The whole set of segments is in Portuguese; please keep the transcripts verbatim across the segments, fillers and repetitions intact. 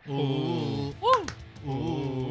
Uh, uh, uh.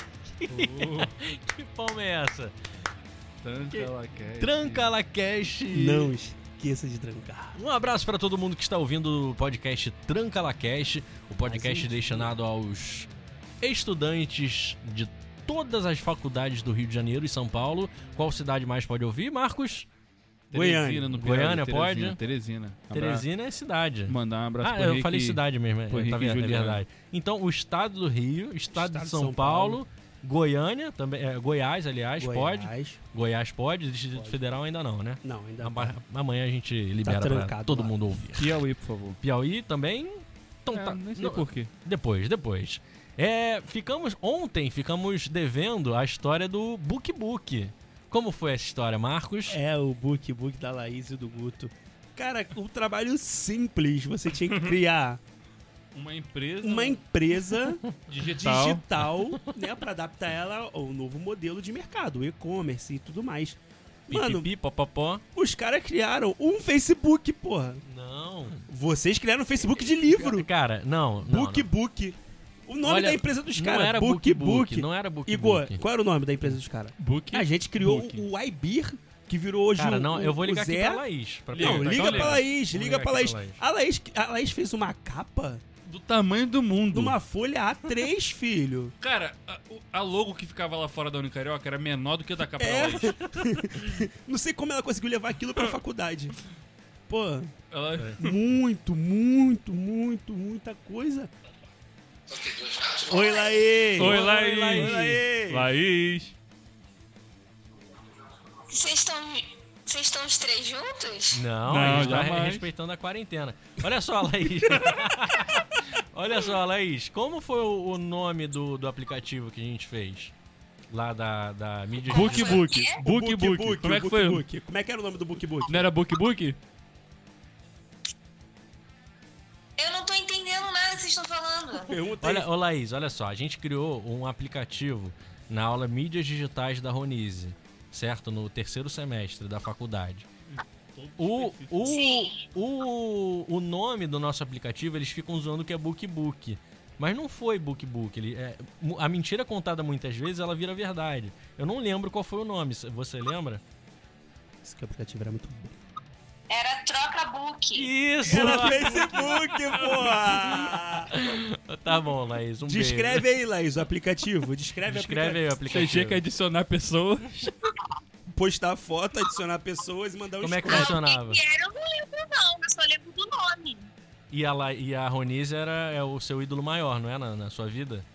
Que palma é essa? Trancalacast. Trancalacast. Não esqueça de trancar. Um abraço para todo mundo que está ouvindo o podcast Trancalacast, o podcast destinado aos estudantes de todas as faculdades do Rio de Janeiro e São Paulo. Qual cidade mais pode ouvir, Marcos? Goiânia. No Goiânia pode? Teresina. Teresina. Teresina é cidade. Mandar um abraço ah, pro eu Henrique, falei cidade mesmo, é, tá vendo, é verdade. Então, o estado do Rio, estado, estado de São, São Paulo, Paulo, Goiânia, também, é, Goiás, aliás, Goiás. pode. Goiás pode, Distrito pode. Federal ainda não, né? Não, ainda Ama- não. Amanhã a gente libera tá pra todo lá. mundo ouvir. Piauí, por favor. Piauí também? Então, é, tá, nem sei não, por quê. Depois, depois. É, ficamos, ontem ficamos devendo a história do Book Book. Como foi essa história, Marcos? É, o Book Book da Laís e do Guto. Cara, um trabalho simples. Você tinha que criar uma empresa, uma empresa digital, digital né, pra adaptar ela ao novo modelo de mercado, o e-commerce e tudo mais. Mano, Pipipi, popopó. Os caras criaram um Facebook, porra. Não. Vocês criaram um Facebook de livro. Cara, não. não Book não. Book. O nome Olha, da empresa dos caras. Não era Book Book. Não era Book Igor, Book. qual era o nome da empresa dos caras? Book. A gente criou Book. o iBeer, que virou hoje Cara, o não, o, eu vou ligar o aqui Zé. pra Laís. Pra Não, perguntar. liga Então, pra Laís, Vamos liga ligar pra aqui Laís. pra Laís. A Laís. A Laís fez uma capa Do tamanho do mundo. numa folha A três, filho. Cara, a, a logo que ficava lá fora da Unicarioca era menor do que a da capa É. da Laís. Não sei como ela conseguiu levar aquilo pra faculdade. Pô, Ela... É. muito, muito, muito, muita coisa. Oi, Laís. Oi, Laís. Oi, Laís. Laís. Vocês estão. Vocês estão os três juntos? Não, Não, a gente tá jamais. respeitando a quarentena. Olha só, Laís. Olha só, Laís. Como foi o, o nome do, do aplicativo que a gente fez? Lá da, da mídia Book digital? Book. O Book Book. Como é que o foi? Book. Como é que era o nome do Book Book? Não era Book Book? Eu não tô entendendo nada que vocês estão falando. Pergunta aí. Olha, ô Laís, olha só. A gente criou um aplicativo na aula Mídias Digitais da Ronise, certo? No terceiro semestre da faculdade. O, o, o, o nome do nosso aplicativo, eles ficam zoando que é Book Book. Mas não foi Book Book. Ele, é, a mentira contada muitas vezes, ela vira verdade. Eu não lembro qual foi o nome. Você lembra? Esse aplicativo era muito bom. Era Troca Book. Isso! Era Facebook, porra! Tá bom, Laís. Um Descreve beijo. aí, Laís, o aplicativo. Descreve, Descreve aí o o aplicativo. Você tinha que adicionar pessoas. Postar foto, adicionar pessoas e mandar um Como é que scroll. funcionava? O que era, eu não lembro, não. Eu só lembro do nome. E a, La- e a Ronise era é o seu ídolo maior, não é? Na, na sua vida?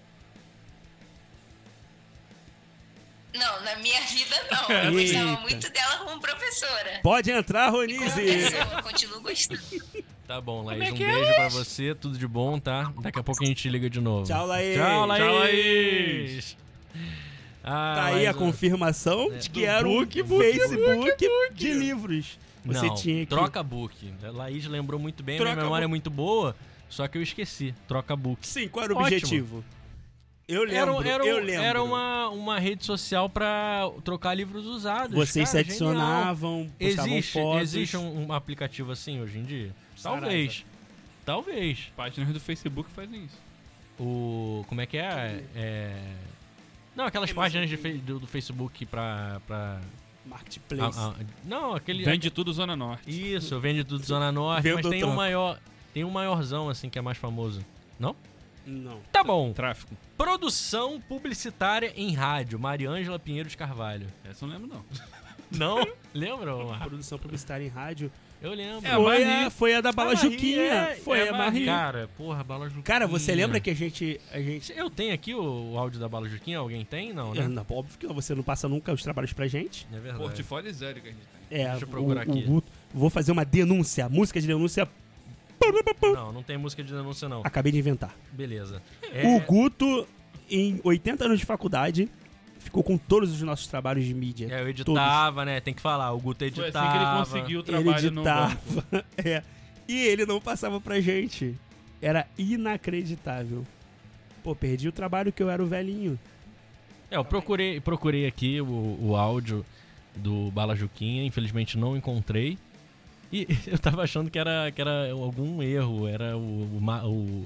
Não, na minha vida não. Eu Eita. gostava muito dela como professora. Pode entrar, Como Ronise! pessoa, eu continuo gostando. Tá bom, Laís. é Um que beijo pra você. Tudo de bom, tá? Daqui a pouco a gente te liga de novo. Tchau, Laís! Tchau, Laís! Tchau, Laís. Ah, Tá aí a Laís, confirmação de que Do era um Book, Book, Facebook de livros. Você Não, tinha que... troca book. A Laís lembrou muito bem, Troca minha memória book. é muito boa, só que eu esqueci. Troca book. Sim, qual era o Ótimo. objetivo? Eu Era, lembro, era, eu lembro. era uma, uma rede social pra trocar livros usados. Vocês Cara, se adicionavam, genial. postavam Existe, fotos. existe um, um aplicativo assim hoje em dia? Saraiva. Talvez. Talvez. Páginas do Facebook fazem isso. O. Como é que é? É. Não, aquelas Amazon páginas de fe- do, do Facebook pra. pra Marketplace. a- a- não, aquele. Vende tudo Zona Norte. Isso, eu vendo tudo Zona Norte, Vendo mas tem troca. um maior. Tem um maiorzão assim que é mais famoso. Não? Não. Tá bom. Tráfico. Produção publicitária em rádio, Mariângela Pinheiro de Carvalho. Essa eu não lembro, não. Não? Lembra? Omar? Produção publicitária em rádio. Eu lembro. É, a foi, Marie. a, foi a da Bala A Marie, Juquinha. é, foi é a Marie. Cara, porra, Bala Juquinha. Cara, você lembra que a gente... A gente... Eu tenho aqui o, o áudio da Bala Juquinha? Alguém tem? Não, né? É, não, óbvio que não, você não passa nunca os trabalhos pra gente. É verdade. Portfólio zero que a gente tem. É, Deixa eu procurar o, aqui. o Guto- vou fazer uma denúncia. Música de denúncia. Não, não tem música de denúncia, não. Acabei de inventar. Beleza. O É, Guto, em oitenta anos de faculdade, ficou com todos os nossos trabalhos de mídia. é, eu editava, né? Tem que falar. O Guto Foi editava. assim que ele conseguiu o Ele trabalho no banco. editava. É. E ele não passava pra gente. Era inacreditável. Pô, perdi o trabalho que eu era o velhinho. É, eu procurei, procurei aqui o, o áudio do Bala Juquinha. Infelizmente não encontrei. E eu tava achando que era, que era algum erro. Era o, o, ma- o,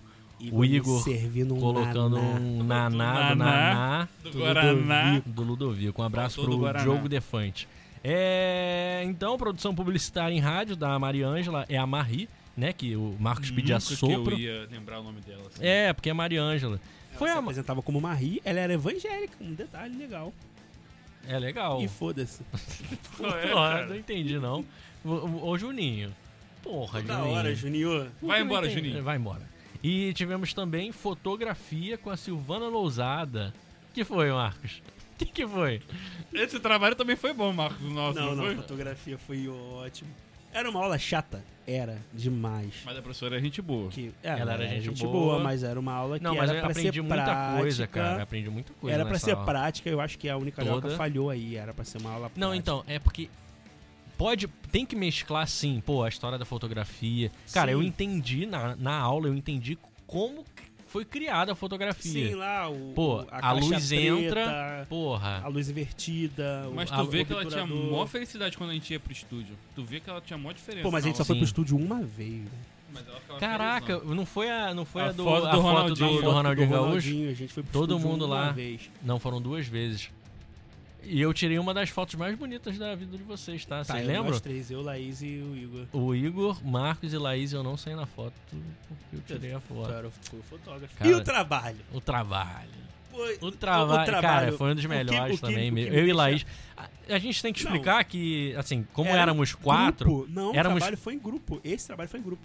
o Igor servindo um colocando naná. um naná do Naná. naná Do Do Guaraná. Ludovico. do Ludovico. Um abraço Faltou do pro Guaraná. Diogo Defante. É, então, produção publicitária em rádio da Mariângela é a Marie, né? Que o Marcos pedia Nunca sopro. que eu ia lembrar o nome dela. assim. É, porque é Mariângela. Ela Foi se a... apresentava como Marie, ela era evangélica, um detalhe legal. É legal. E foda-se. Qual é, Porra, cara? não entendi, não. Ô, ô, ô, Juninho. Porra, Da Juninho. hora, Juninho. Vai Não embora, entendi. Juninho. Vai embora. E tivemos também fotografia com a Silvana Lousada. Que foi, Marcos? Que que foi? Esse trabalho também foi bom, Marcos. Nossa, Não, não, não, a foi? fotografia foi ótimo. Era uma aula chata? Era, demais. Mas a professora é gente boa. Que, é, Ela era gente boa, boa. mas era uma aula que Não, mas era eu pra aprendi ser muita prática. coisa, cara. Aprendi muita coisa Era pra nessa ser aula. prática, eu acho que a única aula que Toda. falhou aí. Era pra ser uma aula prática. Não, então, é porque pode, tem que mesclar sim, pô, a história da fotografia. Cara, Sim. eu entendi na, na aula, eu entendi como foi criada a fotografia. Sim, lá o, Pô, o- a caixa luz preta, entra, porra. a luz invertida. o- Mas a- tu o vê que ela tinha obturador. maior felicidade quando a gente ia pro estúdio. Tu vê que ela tinha maior diferença. Pô, mas a gente na só foi Sim. pro estúdio uma vez. Né? Mas ela ficava Caraca, felizão. não foi a, não foi A a, do, foto do a foto Ronaldinho. do, do Foto Ronaldinho do Gaúcho? Ronaldinho, a gente foi pro Todo estúdio mundo uma lá. vez. Não, foram duas vezes. E eu tirei uma das fotos mais bonitas da vida de vocês, tá? Tá, Vocês eu, lembram? nós três, eu, Laís e o Igor. O Igor, Marcos e Laís, eu não saí na foto porque eu tirei a Tu foto. era o fui o fotógrafo. Cara, e o trabalho? O trabalho. Pô, O trabalho, cara, foi um dos o que- melhores o que- também. o que mesmo. me Eu e deixa- Laís. A, a gente tem que Não. explicar que, assim, como Era éramos quatro. Grupo. Não, éramos- o trabalho foi em grupo. Esse trabalho foi em grupo.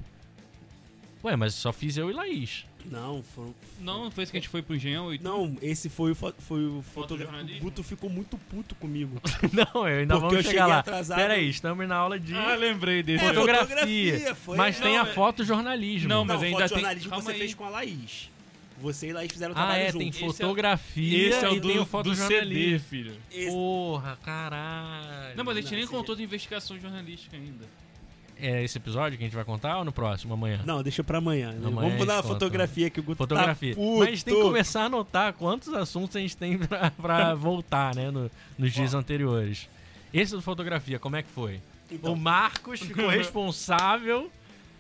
Ué, mas só fiz eu e Laís. Não, foram. Não, não foi esse que a gente foi pro Engenhão e Não, esse foi o, fo- foi o fotógrafo. O Fotojornalismo? Guto ficou muito puto comigo. Não, eu ainda Porque vamos eu chegar cheguei lá. atrasado. Pera aí, estamos na aula de Ah, lembrei desse. É, fotografia. fotografia, foi. Mas tem Não, a é- fotojornalismo. Não, Não, mas ainda tem- fotojornalismo calma você aí. fez com a Laís. Você e Laís fizeram o Ah, trabalho é, juntos. tem Esse é o- fotografia Esse é o e do, tem o do C D, fotojornalismo. filho. Esse- Porra, caralho. Não, mas a gente Não, nem esse- contou de investigação jornalística ainda. É esse episódio que a gente vai contar ou no próximo, amanhã? Não, deixa pra amanhã. né? Amanhã Vamos a mudar a gente conta. fotografia que o Guto Fotografia. tá puto. Mas tem que começar a anotar quantos assuntos a gente tem pra, pra voltar, né, no- nos dias anteriores. Esse do fotografia, como é que foi? Então, O Marcos ficou responsável.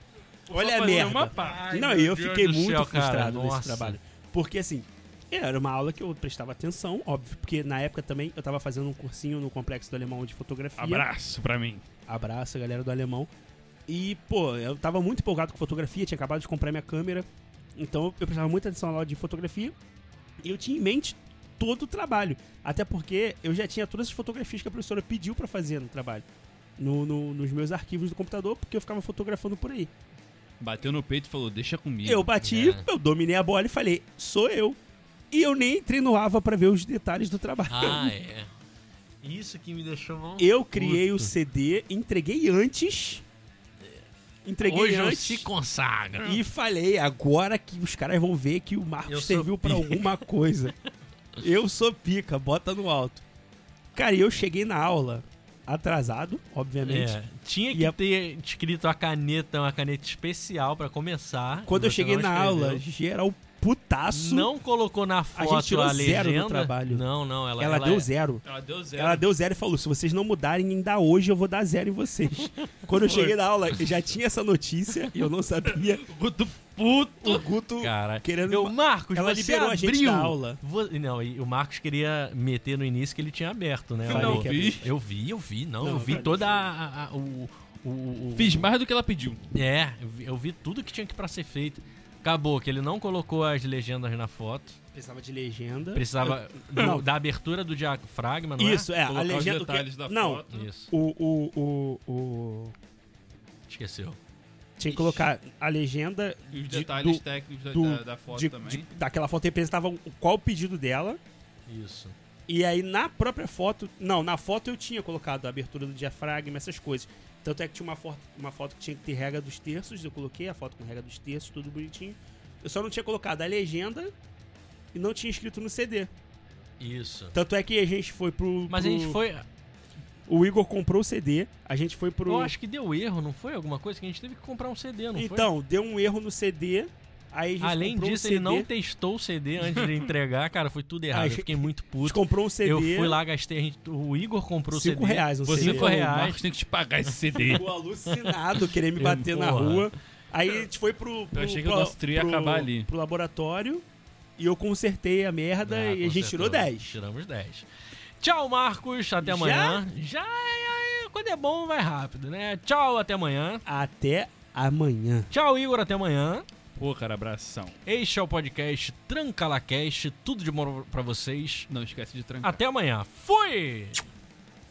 olha a fazer merda. uma parte. Ai, Não, meu e eu Deus fiquei do muito céu, cara, frustrado nossa. nesse trabalho. Porque assim, era uma aula que eu prestava atenção, óbvio, porque na época também eu tava fazendo um cursinho no Complexo do Alemão de fotografia. Abraço pra mim. Abraço, galera do Alemão. E, pô, eu tava muito empolgado com fotografia, tinha acabado de comprar minha câmera. Então eu prestava muita atenção na aula de fotografia. E eu tinha em mente todo o trabalho. Até porque eu já tinha todas as fotografias que a professora pediu pra fazer no trabalho. No, no- nos meus arquivos do computador, porque eu ficava fotografando por aí. Bateu no peito e falou, deixa comigo. Eu bati, É. eu dominei a bola e falei, sou eu. E eu nem entrei no Ava pra ver os detalhes do trabalho. Ah, é. Isso que me deixou mal. Eu criei o puto. C D, entreguei antes. Entreguei Hoje eu antes. se consagra. E falei, agora que os caras vão ver que o Eu Marcos sou serviu pra pica. alguma coisa. Eu sou pica, bota no alto. Cara, e eu cheguei na aula atrasado, obviamente. É, tinha que E a- ter escrito a caneta, uma caneta especial pra começar. Quando eu Você cheguei não na escreveu. aula, geral putaço. Não colocou na foto gente tirou a zero legenda. do trabalho. Não, não, ela, ela, ela deu é- zero. Ela deu zero. Ela deu zero e falou: se vocês não mudarem ainda hoje, eu vou dar zero em vocês. Quando eu cheguei na aula, eu já tinha essa notícia e eu não sabia. Guto puto. O Guto Cara, querendo. eu, Marcos, ela você liberou a abriu. gente da aula. Vo- Não, e o Marcos queria meter no início que ele tinha aberto, né? Eu Falei não que é vi. Eu vi, eu vi, não, Não, eu vi falei toda que- a, a- a- o, o, o- Fiz mais do que ela pediu. É, eu vi, eu vi tudo que tinha que pra ser feito. Acabou que ele não colocou as legendas na foto. Precisava de legenda. Precisava do- Não. da abertura do diafragma, não Isso, é. Colocar a os legenda. detalhes que- da não, foto. é? Isso, o, o, o, o. esqueceu. Tinha que colocar a legenda E os de- detalhes do- técnicos da, do- da, da foto de- também. de- daquela foto representava o- qual o pedido dela. Isso. E aí na própria foto. Não, na foto eu tinha colocado a abertura do diafragma, essas coisas. Tanto é que tinha uma foto, uma foto que tinha que ter regra dos terços. Eu coloquei a foto com regra dos terços, tudo bonitinho. Eu só não tinha colocado a legenda e não tinha escrito no C D. Isso. Tanto é que a gente foi pro. Mas pro- a gente foi. O Igor comprou o C D, a gente foi pro. Eu acho que deu erro, não foi? Alguma coisa que a gente teve que comprar um C D, não foi? Então, deu um erro no C D. Aí a gente Além comprou disso, um ele C D, não testou o C D antes de entregar, cara, foi tudo errado. Aí Eu fiquei muito A gente puto. comprou um C D. Eu fui lá, gastei. A gente, o Igor comprou o cinco C D. reais um Você C D. cinco falou, reais. Marcos tem que te pagar esse C D. Ficou alucinado, querer me Eu, bater na porra. rua. Aí a gente foi pro. pro Eu achei que pro, o nosso trio ia pro- acabar ali. Pro laboratório e eu consertei a merda Ah, e a gente consertou. tirou dez. Tiramos dez. Tchau, Marcos. Até Já? amanhã. Já, é, quando é bom, vai rápido, né? Tchau, até amanhã. Até amanhã. Tchau, Igor. Até amanhã. Pô, cara, abração. Este é o podcast Trancalacast. Tudo de bom pra vocês. Não esquece de trancar. Até amanhã. Fui!